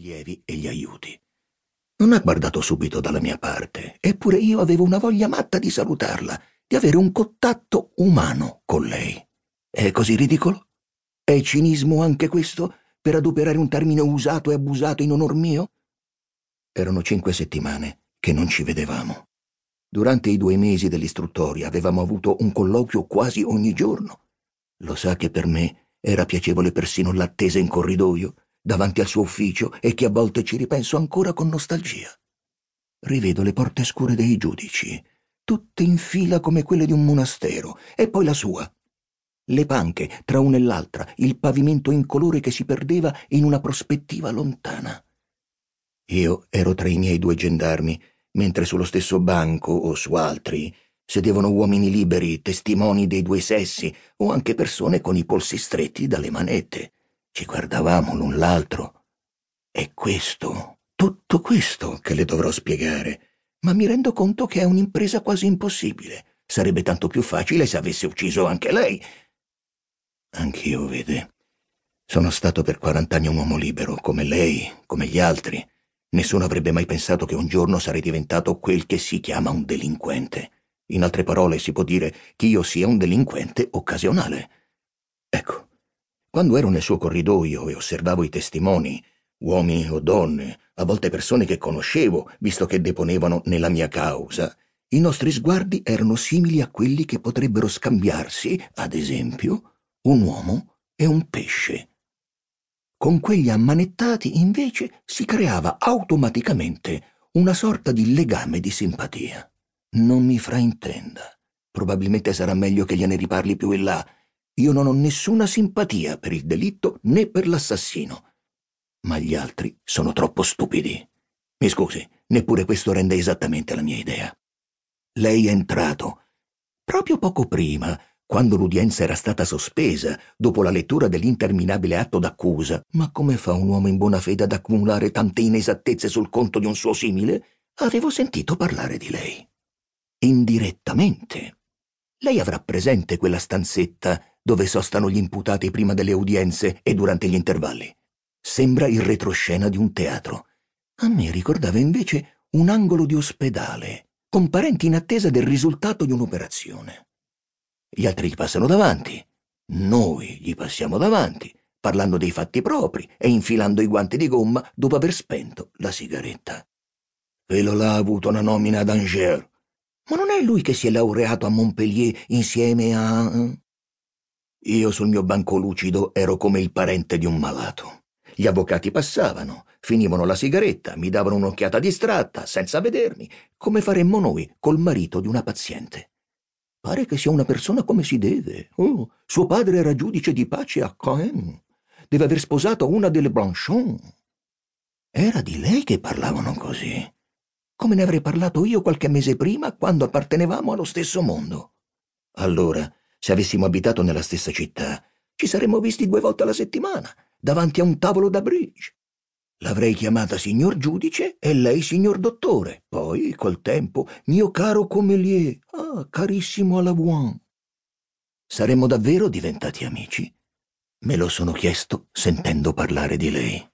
allievi e gli aiuti. Non ha guardato subito dalla mia parte, eppure io avevo una voglia matta di salutarla, di avere un contatto umano con lei. È così ridicolo? È cinismo anche questo, per adoperare un termine usato e abusato in onor mio? Erano 5 settimane che non ci vedevamo. Durante i 2 mesi dell'istruttoria avevamo avuto un colloquio quasi ogni giorno. Lo sa che per me era piacevole persino l'attesa in corridoio, davanti al suo ufficio, e che a volte ci ripenso ancora con nostalgia. Rivedo le porte scure dei giudici, tutte in fila come quelle di un monastero, e poi la sua. Le panche, tra una e l'altra, il pavimento incolore che si perdeva in una prospettiva lontana. Io ero tra i miei 2 gendarmi, mentre sullo stesso banco o su altri sedevano uomini liberi, testimoni dei 2 sessi o anche persone con i polsi stretti dalle manette. Ci guardavamo l'un l'altro. È questo, tutto questo che le dovrò spiegare, ma mi rendo conto che è un'impresa quasi impossibile. Sarebbe tanto più facile se avesse ucciso anche lei. Anch'io, vede. Sono stato per 40 anni un uomo libero, come lei, come gli altri. Nessuno avrebbe mai pensato che un giorno sarei diventato quel che si chiama un delinquente. In altre parole, si può dire che io sia un delinquente occasionale. Ecco, quando ero nel suo corridoio e osservavo i testimoni, uomini o donne, a volte persone che conoscevo, visto che deponevano nella mia causa, i nostri sguardi erano simili a quelli che potrebbero scambiarsi, ad esempio, un uomo e un pesce. Con quegli ammanettati, invece, si creava automaticamente una sorta di legame di simpatia. Non mi fraintenda. Probabilmente sarà meglio che gliene riparli più in là. Io non ho nessuna simpatia per il delitto né per l'assassino. Ma gli altri sono troppo stupidi. Mi scusi, neppure questo rende esattamente la mia idea. Lei è entrato proprio poco prima, quando l'udienza era stata sospesa, dopo la lettura dell'interminabile atto d'accusa. Ma come fa un uomo in buona fede ad accumulare tante inesattezze sul conto di un suo simile? Avevo sentito parlare di lei. Indirettamente. Lei avrà presente quella stanzetta dove sostano gli imputati prima delle udienze e durante gli intervalli? Sembra il retroscena di un teatro. A me ricordava invece un angolo di ospedale, con parenti in attesa del risultato di un'operazione. Gli altri gli passano davanti, noi gli passiamo davanti, parlando dei fatti propri e infilando i guanti di gomma dopo aver spento la sigaretta. Quello là ha avuto una nomina ad Angers. Ma non è lui che si è laureato a Montpellier insieme a... Io sul mio banco lucido ero come il parente di un malato. Gli avvocati passavano, finivano la sigaretta, mi davano un'occhiata distratta, senza vedermi, come faremmo noi col marito di una paziente. Pare che sia una persona come si deve. Oh, suo padre era giudice di pace a Caen. Deve aver sposato una delle Blanchon. Era di lei che parlavano così. Come ne avrei parlato io qualche mese prima, quando appartenevamo allo stesso mondo. Allora, se avessimo abitato nella stessa città, ci saremmo visti 2 volte alla settimana, davanti a un tavolo da bridge. L'avrei chiamata signor giudice e lei signor dottore. Poi, col tempo, mio caro Comelier, carissimo Lavoine. Saremmo davvero diventati amici? Me lo sono chiesto sentendo parlare di lei.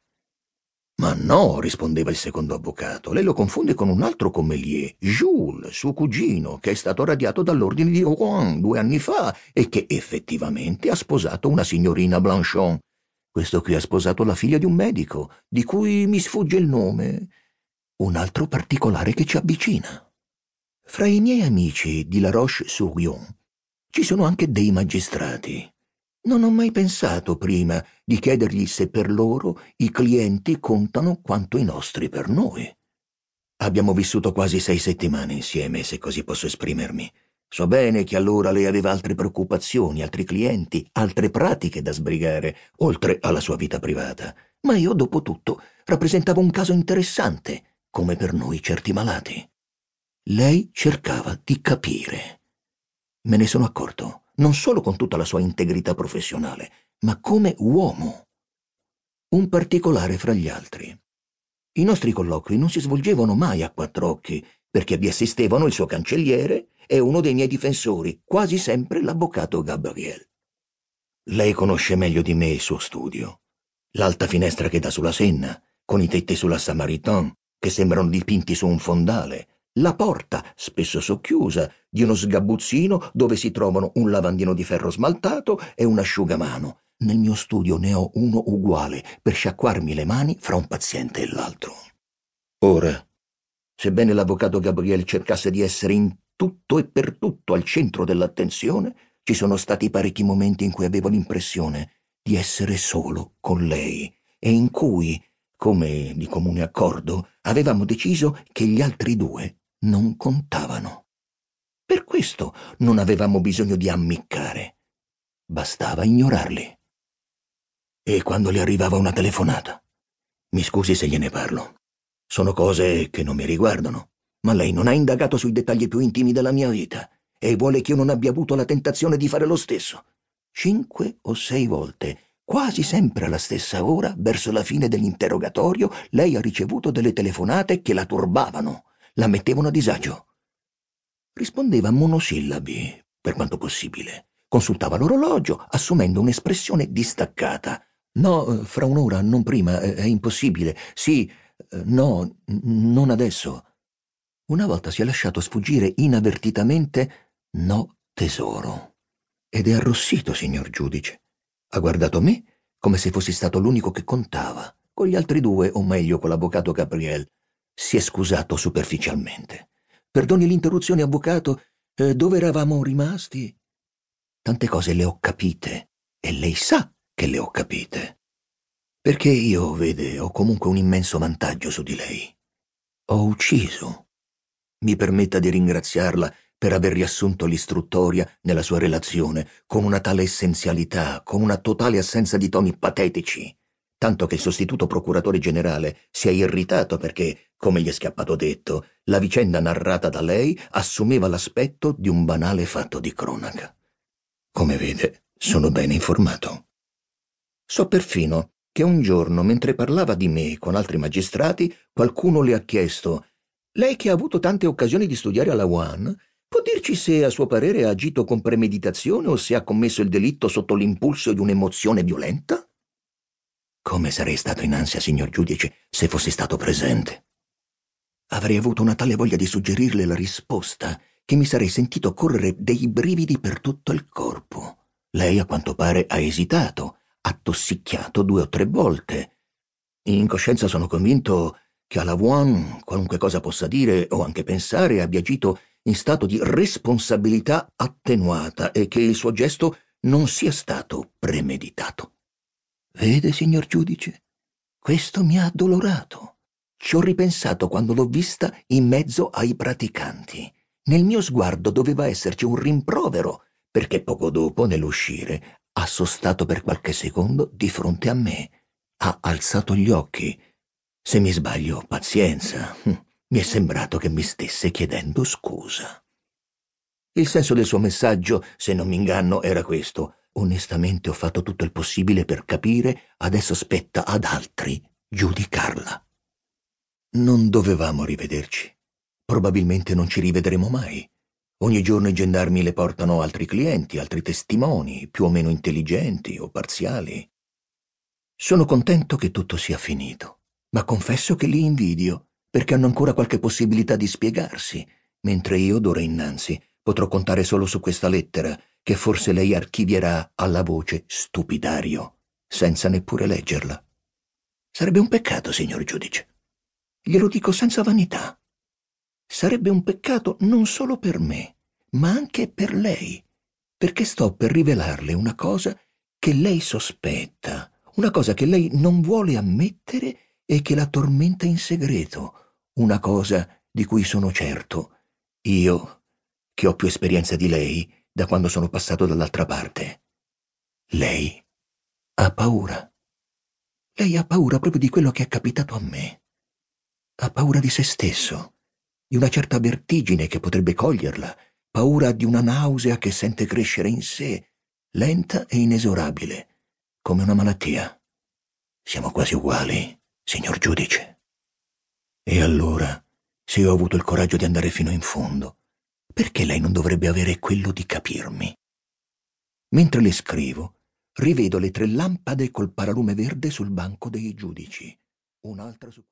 Ma no, rispondeva il secondo avvocato, lei lo confonde con un altro Comelier, Jules, suo cugino, che è stato radiato dall'ordine di Rouen 2 anni fa e che effettivamente ha sposato una signorina Blanchon. Questo qui ha sposato la figlia di un medico, di cui mi sfugge il nome. Un altro particolare che ci avvicina. Fra i miei amici di La Roche-sur-Yon ci sono anche dei magistrati. Non ho mai pensato prima di chiedergli se per loro i clienti contano quanto i nostri per noi. Abbiamo vissuto quasi 6 settimane insieme, se così posso esprimermi. So bene che allora lei aveva altre preoccupazioni, altri clienti, altre pratiche da sbrigare, oltre alla sua vita privata. Ma io, dopo tutto, rappresentavo un caso interessante, come per noi certi malati. Lei cercava di capire. Me ne sono accorto, non solo con tutta la sua integrità professionale, ma come uomo. Un particolare fra gli altri. I nostri colloqui non si svolgevano mai a 4 occhi, perché vi assistevano il suo cancelliere e uno dei miei difensori, quasi sempre l'avvocato Gabriel. Lei conosce meglio di me il suo studio. L'alta finestra che dà sulla Senna, con i tetti sulla Samaritan, che sembrano dipinti su un fondale, la porta, spesso socchiusa, di uno sgabuzzino dove si trovano un lavandino di ferro smaltato e un asciugamano. Nel mio studio ne ho uno uguale per sciacquarmi le mani fra un paziente e l'altro. Ora, sebbene l'avvocato Gabriel cercasse di essere in tutto e per tutto al centro dell'attenzione, ci sono stati parecchi momenti in cui avevo l'impressione di essere solo con lei e in cui, come di comune accordo, avevamo deciso che gli altri due non contavano. Per questo non avevamo bisogno di ammiccare. Bastava ignorarli. E quando le arrivava una telefonata? Mi scusi se gliene parlo. Sono cose che non mi riguardano, ma lei non ha indagato sui dettagli più intimi della mia vita e vuole che io non abbia avuto la tentazione di fare lo stesso. 5 o 6 volte, quasi sempre alla stessa ora, verso la fine dell'interrogatorio, lei ha ricevuto delle telefonate che la turbavano, la mettevano a disagio. Rispondeva a monosillabi, per quanto possibile. Consultava l'orologio, assumendo un'espressione distaccata. «No, fra un'ora, non prima, è impossibile. Sì, no, non adesso». Una volta si è lasciato sfuggire inavvertitamente «no, tesoro». Ed è arrossito, signor giudice. Ha guardato me come se fossi stato l'unico che contava. Con gli altri due, o meglio con l'avvocato Gabriel, si è scusato superficialmente. «Perdoni l'interruzione, avvocato, dove eravamo rimasti?» Tante cose le ho capite, e lei sa che le ho capite. Perché io, vede, ho comunque un immenso vantaggio su di lei. Ho ucciso. Mi permetta di ringraziarla per aver riassunto l'istruttoria nella sua relazione con una tale essenzialità, con una totale assenza di toni patetici, tanto che il sostituto procuratore generale si è irritato perché, come gli è scappato detto, la vicenda narrata da lei assumeva l'aspetto di un banale fatto di cronaca. Come vede, sono bene informato. So perfino che un giorno, mentre parlava di me con altri magistrati, qualcuno le ha chiesto: «Lei che ha avuto tante occasioni di studiare alla UAN, può dirci se a suo parere ha agito con premeditazione o se ha commesso il delitto sotto l'impulso di un'emozione violenta?» Come sarei stato in ansia, signor giudice, se fossi stato presente. Avrei avuto una tale voglia di suggerirle la risposta che mi sarei sentito correre dei brividi per tutto il corpo. Lei, a quanto pare, ha esitato, ha tossicchiato 2 o 3 volte. In coscienza sono convinto che alla Vuan, qualunque cosa possa dire o anche pensare, abbia agito in stato di responsabilità attenuata e che il suo gesto non sia stato premeditato. Vede, signor giudice, questo mi ha addolorato. Ci ho ripensato quando l'ho vista in mezzo ai praticanti. Nel mio sguardo doveva esserci un rimprovero, perché poco dopo, nell'uscire, ha sostato per qualche secondo di fronte a me. Ha alzato gli occhi. Se mi sbaglio, pazienza. Mi è sembrato che mi stesse chiedendo scusa. Il senso del suo messaggio, se non mi inganno, era questo: onestamente ho fatto tutto il possibile per capire, adesso spetta ad altri giudicarla. Non dovevamo rivederci. Probabilmente non ci rivedremo mai. Ogni giorno i gendarmi le portano altri clienti, altri testimoni, più o meno intelligenti o parziali. Sono contento che tutto sia finito, ma confesso che li invidio, perché hanno ancora qualche possibilità di spiegarsi, mentre io, d'ora innanzi, potrò contare solo su questa lettera, che forse lei archivierà alla voce stupidario, senza neppure leggerla. Sarebbe un peccato, signor giudice. Glielo dico senza vanità. Sarebbe un peccato non solo per me, ma anche per lei, perché sto per rivelarle una cosa che lei sospetta, una cosa che lei non vuole ammettere e che la tormenta in segreto, una cosa di cui sono certo, io, che ho più esperienza di lei da quando sono passato dall'altra parte. Lei ha paura. Lei ha paura proprio di quello che è capitato a me. Ha paura di se stesso, di una certa vertigine che potrebbe coglierla, paura di una nausea che sente crescere in sé, lenta e inesorabile, come una malattia. Siamo quasi uguali, signor giudice. E allora, se ho avuto il coraggio di andare fino in fondo, perché lei non dovrebbe avere quello di capirmi? Mentre le scrivo, rivedo le 3 lampade col paralume verde sul banco dei giudici. un'altra su